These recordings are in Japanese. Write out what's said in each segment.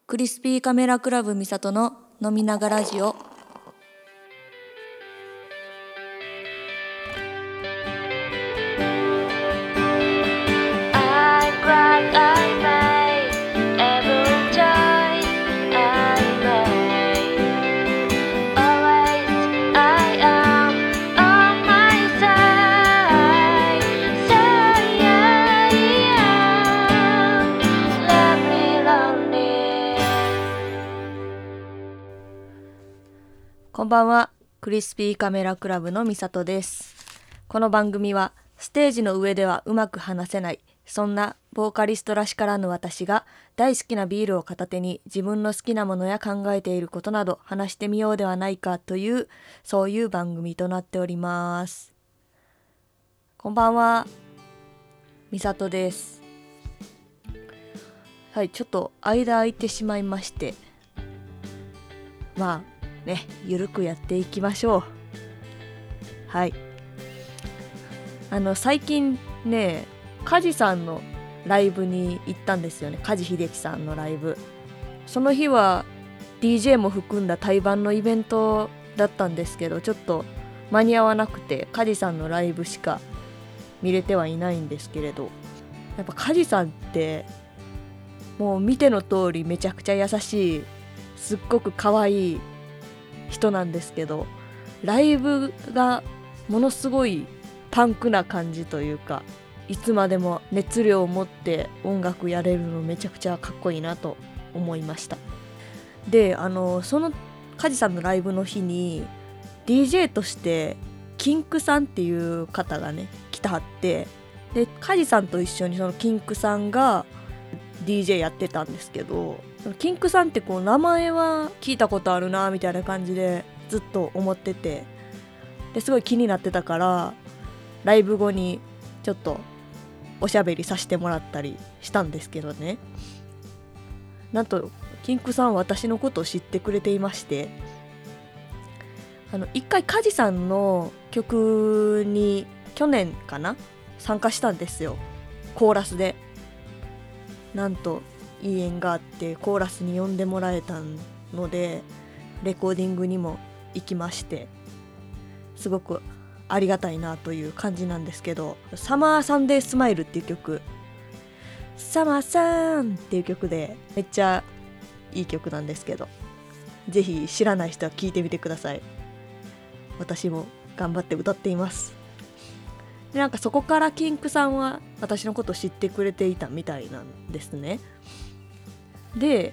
クリスピーカメラクラブミサトの飲みながラジオ。こんばんは、クリスピーカメラクラブのミサトです。この番組はステージの上ではうまく話せない、そんなボーカリストらしからぬ私が大好きなビールを片手に自分の好きなものや考えていることなど話してみようではないかという、そういう番組となっております。こんばんは、ミサトです。はい、ちょっと間空いてしまいまして、ゆるくやっていきましょう。はい。最近ね、梶さんのライブに行ったんですよね。梶秀樹さんのライブ。その日は DJ も含んだ対バンのイベントだったんですけど、ちょっと間に合わなくて梶さんのライブしか見れてはいないんですけれど、やっぱ梶さんってもう見ての通りめちゃくちゃ優しい、すっごく可愛い人なんですけど、ライブがものすごいパンクな感じというか、いつまでも熱量を持って音楽やれるのめちゃくちゃかっこいいなと思いました。で、その梶さんのライブの日に DJ としてキンクさんっていう方がね来たはって、で梶さんと一緒にそのキンクさんが DJ やってたんですけど、キンクさんってこう名前は聞いたことあるなみたいな感じでずっと思ってて、ですごい気になってたからライブ後にちょっとおしゃべりさせてもらったりしたんですけどね、なんとキンクさん私のことを知ってくれていまして、一回梶さんの曲に去年かな参加したんですよ。コーラスでなんといい縁があってコーラスに呼んでもらえたので、レコーディングにも行きまして、すごくありがたいなという感じなんですけど、サマーサンデースマイルっていう曲、サマーサンっていう曲でめっちゃいい曲なんですけど、ぜひ知らない人は聴いてみてください。私も頑張って歌っています。で、なんかそこからキンクさんは私のことを知ってくれていたみたいなんですね。で、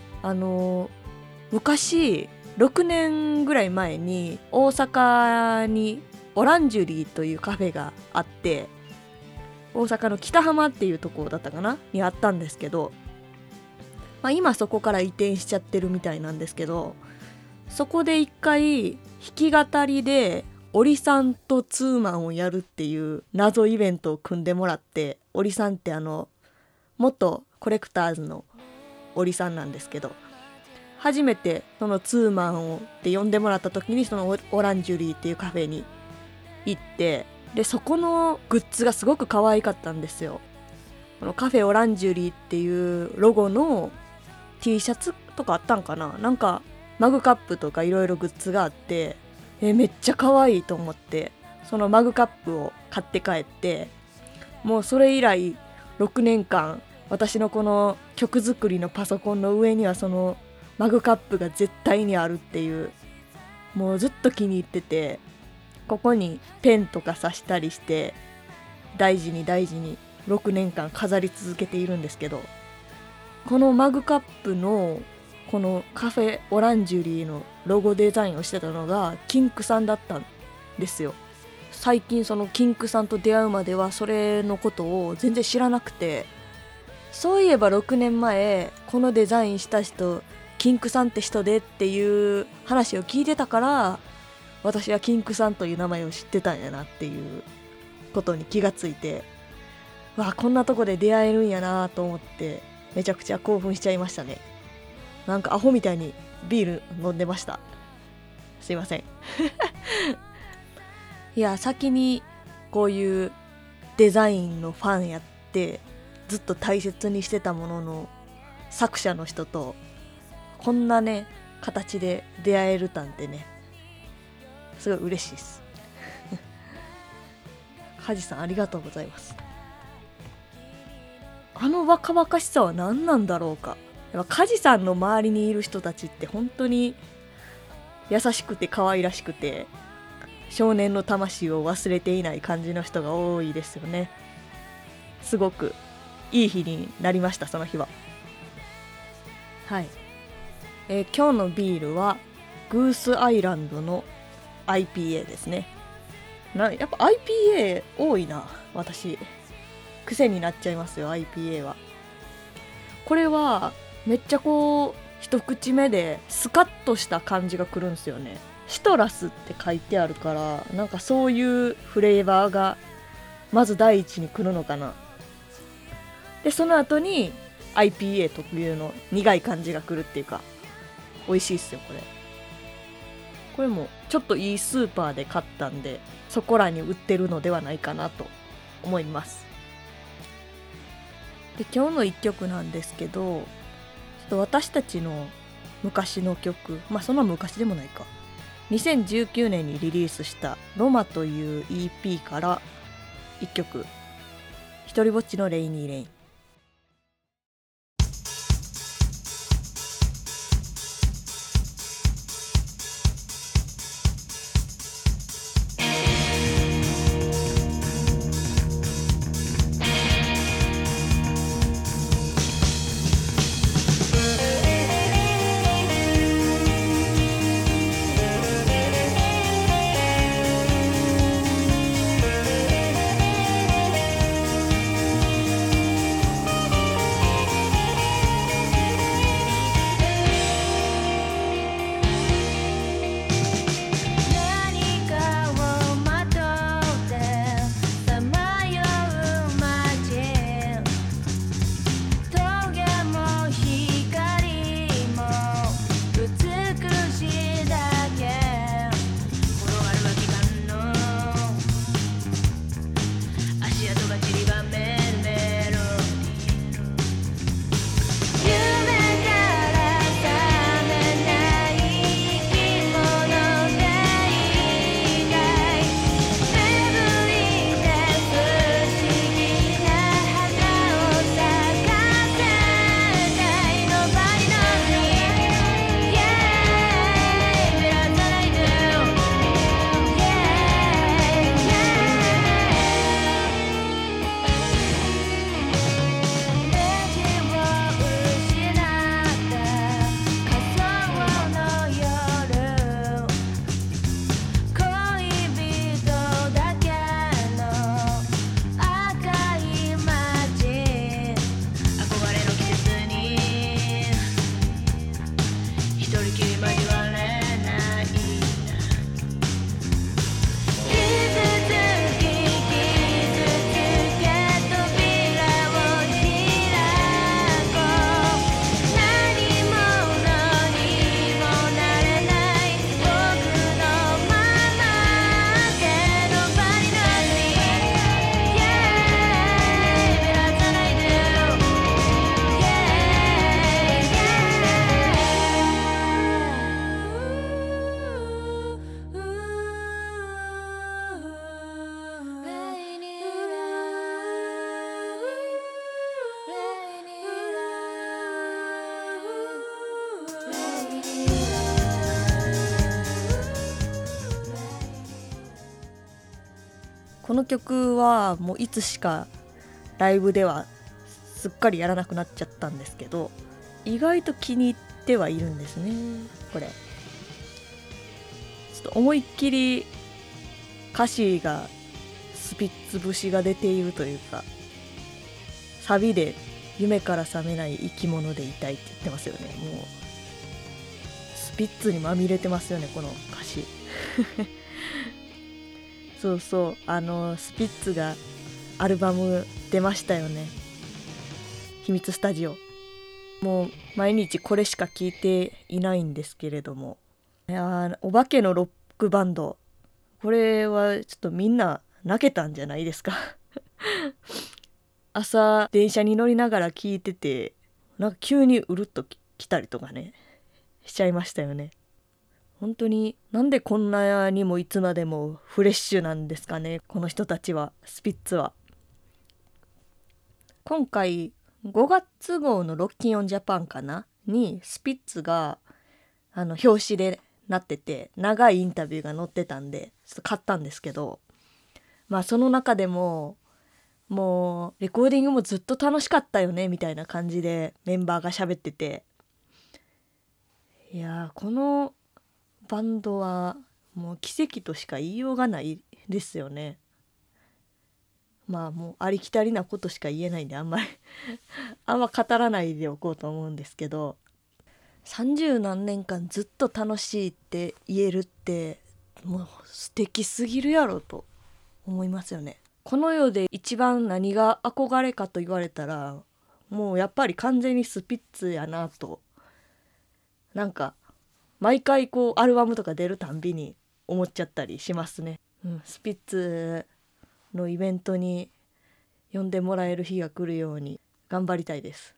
昔6年ぐらい前に大阪にオランジュリーというカフェがあって、大阪の北浜っていうところだったかなにあったんですけど、今そこから移転しちゃってるみたいなんですけど、そこで一回弾き語りでオリさんとツーマンをやるっていう謎イベントを組んでもらって、オリさんって元コレクターズのオリさんなんですけど、初めてそのツーマンをって呼んでもらった時にそのオランジュリーっていうカフェに行って、でそこのグッズがすごく可愛かったんですよ。このカフェオランジュリーっていうロゴの T シャツとかあったんかな、なんかマグカップとかいろいろグッズがあって、めっちゃ可愛いと思って、そのマグカップを買って帰って、もうそれ以来6年間私のこの曲作りのパソコンの上にはそのマグカップが絶対にあるっていう、もうずっと気に入ってて、ここにペンとか刺したりして大事に6年間飾り続けているんですけど、このマグカップのこのカフェオランジュリーのロゴデザインをしてたのがキンクさんだったんですよ。最近そのキンクさんと出会うまではそれのことを全然知らなくて、そういえば6年前このデザインした人キンクさんって人でっていう話を聞いてたから、私はキンクさんという名前を知ってたんやなっていうことに気がついて、こんなとこで出会えるんやなと思ってめちゃくちゃ興奮しちゃいましたね。なんかアホみたいにビール飲んでました。すいませんいや、先にこういうデザインのファンやってずっと大切にしてたものの作者の人とこんなね形で出会えるなんてね、すごい嬉しいですカジさんありがとうございます。あの若々しさは何なんだろうか。やっぱカジさんの周りにいる人たちって本当に優しくて可愛らしくて、少年の魂を忘れていない感じの人が多いですよね。すごくいい日になりました、その日は。はい、今日のビールはグースアイランドの IPA ですね。やっぱ IPA 多いな、私癖になっちゃいますよ IPA は。これはめっちゃこう一口目でスカッとした感じがくるんですよね。シトラスって書いてあるから、なんかそういうフレーバーがまず第一に来るのかな。でその後に IPA 特有の苦い感じが来るっていうか、美味しいっすよこれ。これもちょっといいスーパーで買ったんで、そこらに売ってるのではないかなと思います。で今日の一曲なんですけど、ちょっと私たちの昔の曲、まあそんな昔でもないか、2019年にリリースしたロマという EP から一曲、ひとりぼっちのレイニーレイン。この曲はもういつしかライブではすっかりやらなくなっちゃったんですけど、意外と気に入ってはいるんですね。これちょっと思いっきり歌詞がスピッツ節が出ているというか、サビで夢から覚めない生き物でいたいって言ってますよね。もうスピッツにまみれてますよね、この歌詞そうそう、スピッツがアルバム出ましたよね、秘密スタジオ。もう毎日これしか聞いていないんですけれども、いやお化けのロックバンド、これはちょっとみんな泣けたんじゃないですか朝電車に乗りながら聞いてて、なんか急にうるっときたりとかねしちゃいましたよね。本当になんでこんなにもいつまでもフレッシュなんですかね、この人たちは。スピッツは今回5月号のロッキンオンジャパンかなにスピッツが表紙でなってて、長いインタビューが載ってたんでちょっと買ったんですけど、まあその中でももうレコーディングもずっと楽しかったよねみたいな感じでメンバーが喋ってて、いやこのバンドはもう奇跡としか言いようがないですよね。まあもうありきたりなことしか言えないんであんま語らないでおこうと思うんですけど、30何年間ずっと楽しいって言えるってもう素敵すぎるやろと思いますよね。この世で一番何が憧れかと言われたらもうやっぱり完全にスピッツやなと、なんか毎回こうアルバムとか出るたんびに思っちゃったりしますね。スピッツのイベントに呼んでもらえる日が来るように頑張りたいです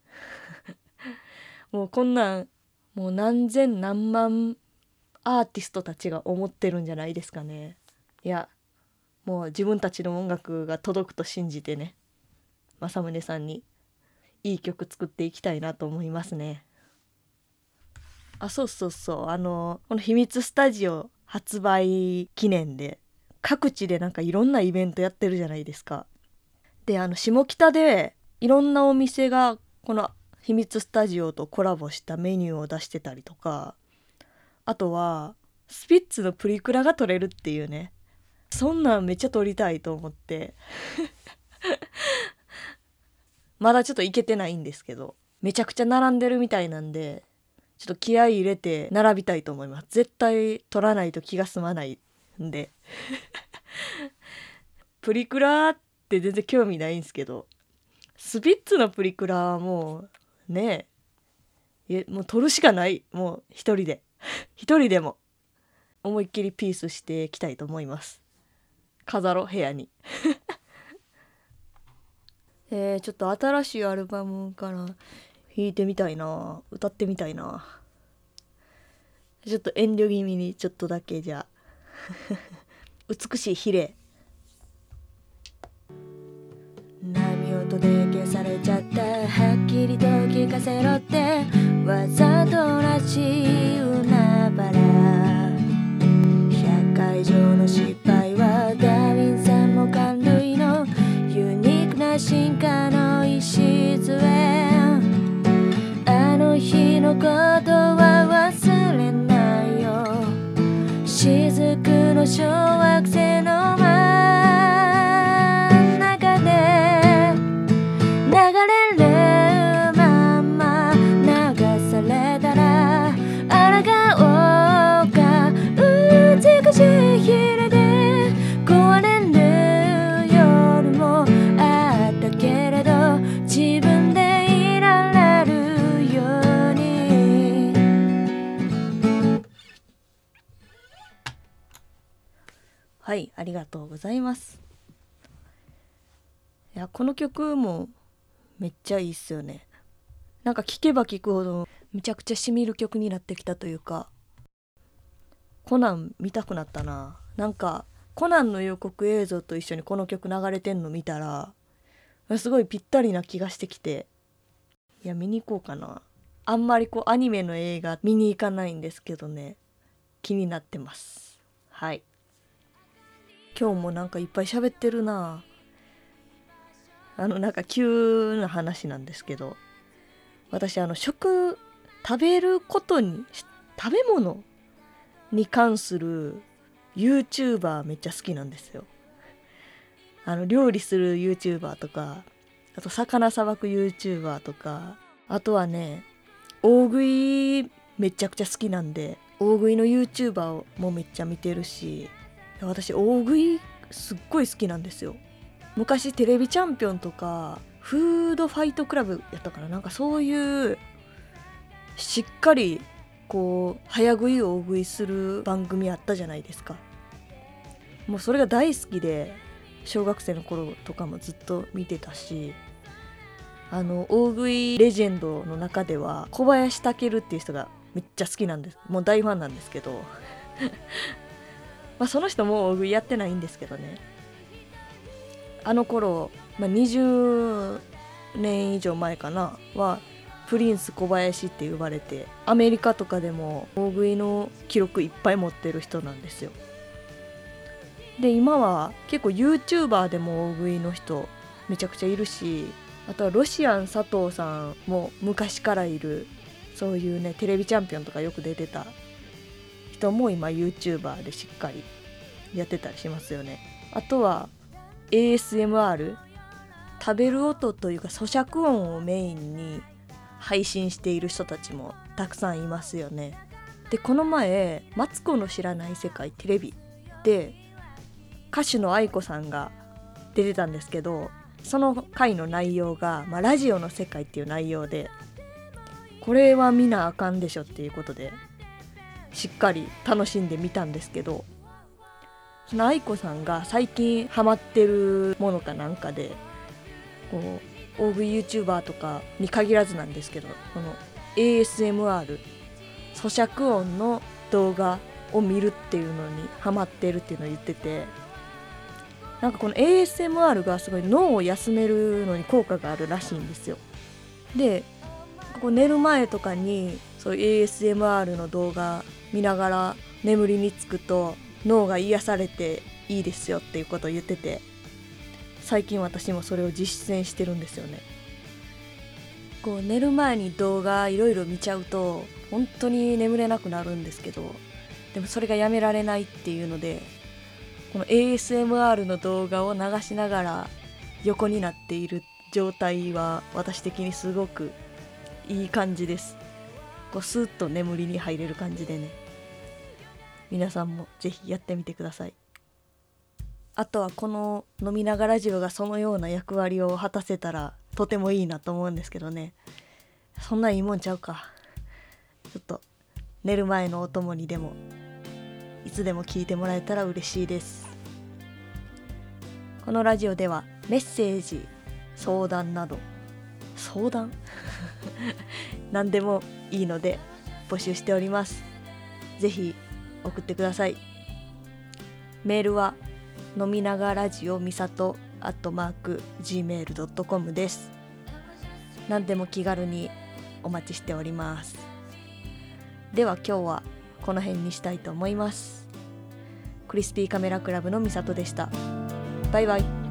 もうこんなんもう何千何万アーティストたちが思ってるんじゃないですかね。いやもう自分たちの音楽が届くと信じてね、政宗さんにいい曲作っていきたいなと思いますね。そうそうそう、この秘密スタジオ発売記念で各地でなんかいろんなイベントやってるじゃないですか。で下北でいろんなお店がこの秘密スタジオとコラボしたメニューを出してたりとか、あとはスピッツのプリクラが撮れるっていうね、そんなんめっちゃ撮りたいと思ってまだちょっと行けてないんですけど、めちゃくちゃ並んでるみたいなんでちょっと気合い入れて並びたいと思います。絶対撮らないと気が済まないんでプリクラって全然興味ないんですけど、スピッツのプリクラはもうねもう撮るしかない。もう一人で一人でも思いっきりピースしていきたいと思います。飾ろう部屋にちょっと新しいアルバムから弾いてみたいな、歌ってみたいな。ちょっと遠慮気味にちょっとだけじゃ美しい比例。波音で消されちゃった、はっきりと聞かせろってわざとらしい海原。100回以上の失敗はダーウィンさんも感類のユニークな進化の礎。あの日のことは忘れないよ。雫の小惑星の真ん中で流れるまま流されたら抗うか、美しい日で壊れる夜もあったけれど、自分でいられるように。はい、ありがとうございます。いやこの曲もめっちゃいいっすよね。なんか聴けば聴くほどめちゃくちゃしみる曲になってきたというか、コナン見たくなったな。なんかコナンの予告映像と一緒にこの曲流れてんの見たらすごいぴったりな気がしてきて、いや見に行こうかな。あんまりこうアニメの映画見に行かないんですけどね、気になってます。はい、今日もなんかいっぱい喋ってるな。なんか急な話なんですけど、私食べることに食べ物に関する YouTuber めっちゃ好きなんですよ。料理する YouTuber とか、あと魚さばく YouTuber とか、あとはね大食いめちゃくちゃ好きなんで大食いの YouTuber もめっちゃ見てるし、私大食いすっごい好きなんですよ。昔テレビチャンピオンとかフードファイトクラブやったから、なんかそういうしっかりこう早食い大食いする番組あったじゃないですか。もうそれが大好きで小学生の頃とかもずっと見てたし、大食いレジェンドの中では小林武っていう人がめっちゃ好きなんです。もう大ファンなんですけどその人も大食いやってないんですけどね。あの頃、20年以上前かなはプリンス小林って呼ばれて、アメリカとかでも大食いの記録いっぱい持ってる人なんですよ。で今は結構 YouTuber でも大食いの人めちゃくちゃいるし、あとはロシアン佐藤さんも昔からいる、そういうねテレビチャンピオンとかよく出てた人も今 YouTuber でしっかりやってたりしますよね。あとは ASMR、 食べる音というか咀嚼音をメインに配信している人たちもたくさんいますよね。でこの前マツコの知らない世界テレビで歌手の愛子さんが出てたんですけど、その回の内容が、ラジオの世界っていう内容で、これは見なあかんでしょっていうことでしっかり楽しんでみたんですけど、その愛子さんが最近ハマってるものかなんかで、こう大食い YouTuber とかに限らずなんですけど、この ASMR 咀嚼音の動画を見るっていうのにハマってるっていうのを言ってて、なんかこの ASMR がすごい脳を休めるのに効果があるらしいんですよ。でこう寝る前とかにそういう ASMR の動画見ながら眠りにつくと脳が癒されていいですよっていうことを言ってて、最近私もそれを実践してるんですよね。こう寝る前に動画いろいろ見ちゃうと本当に眠れなくなるんですけど、でもそれがやめられないっていうので、この ASMR の動画を流しながら横になっている状態は私的にすごくいい感じです。こうスーッと眠りに入れる感じでね、皆さんもぜひやってみてください。あとはこの飲みながらラジオがそのような役割を果たせたらとてもいいなと思うんですけどね。そんないいもんちゃうか。ちょっと寝る前のお供にでもいつでも聞いてもらえたら嬉しいです。このラジオではメッセージ、相談など、相談何でもいいので募集しております。ぜひ送ってください。メールは飲みながらジオみさと@gmail.com です。何でも気軽にお待ちしております。では今日はこの辺にしたいと思います。クリスピーカメラクラブのみさとでした。バイバイ。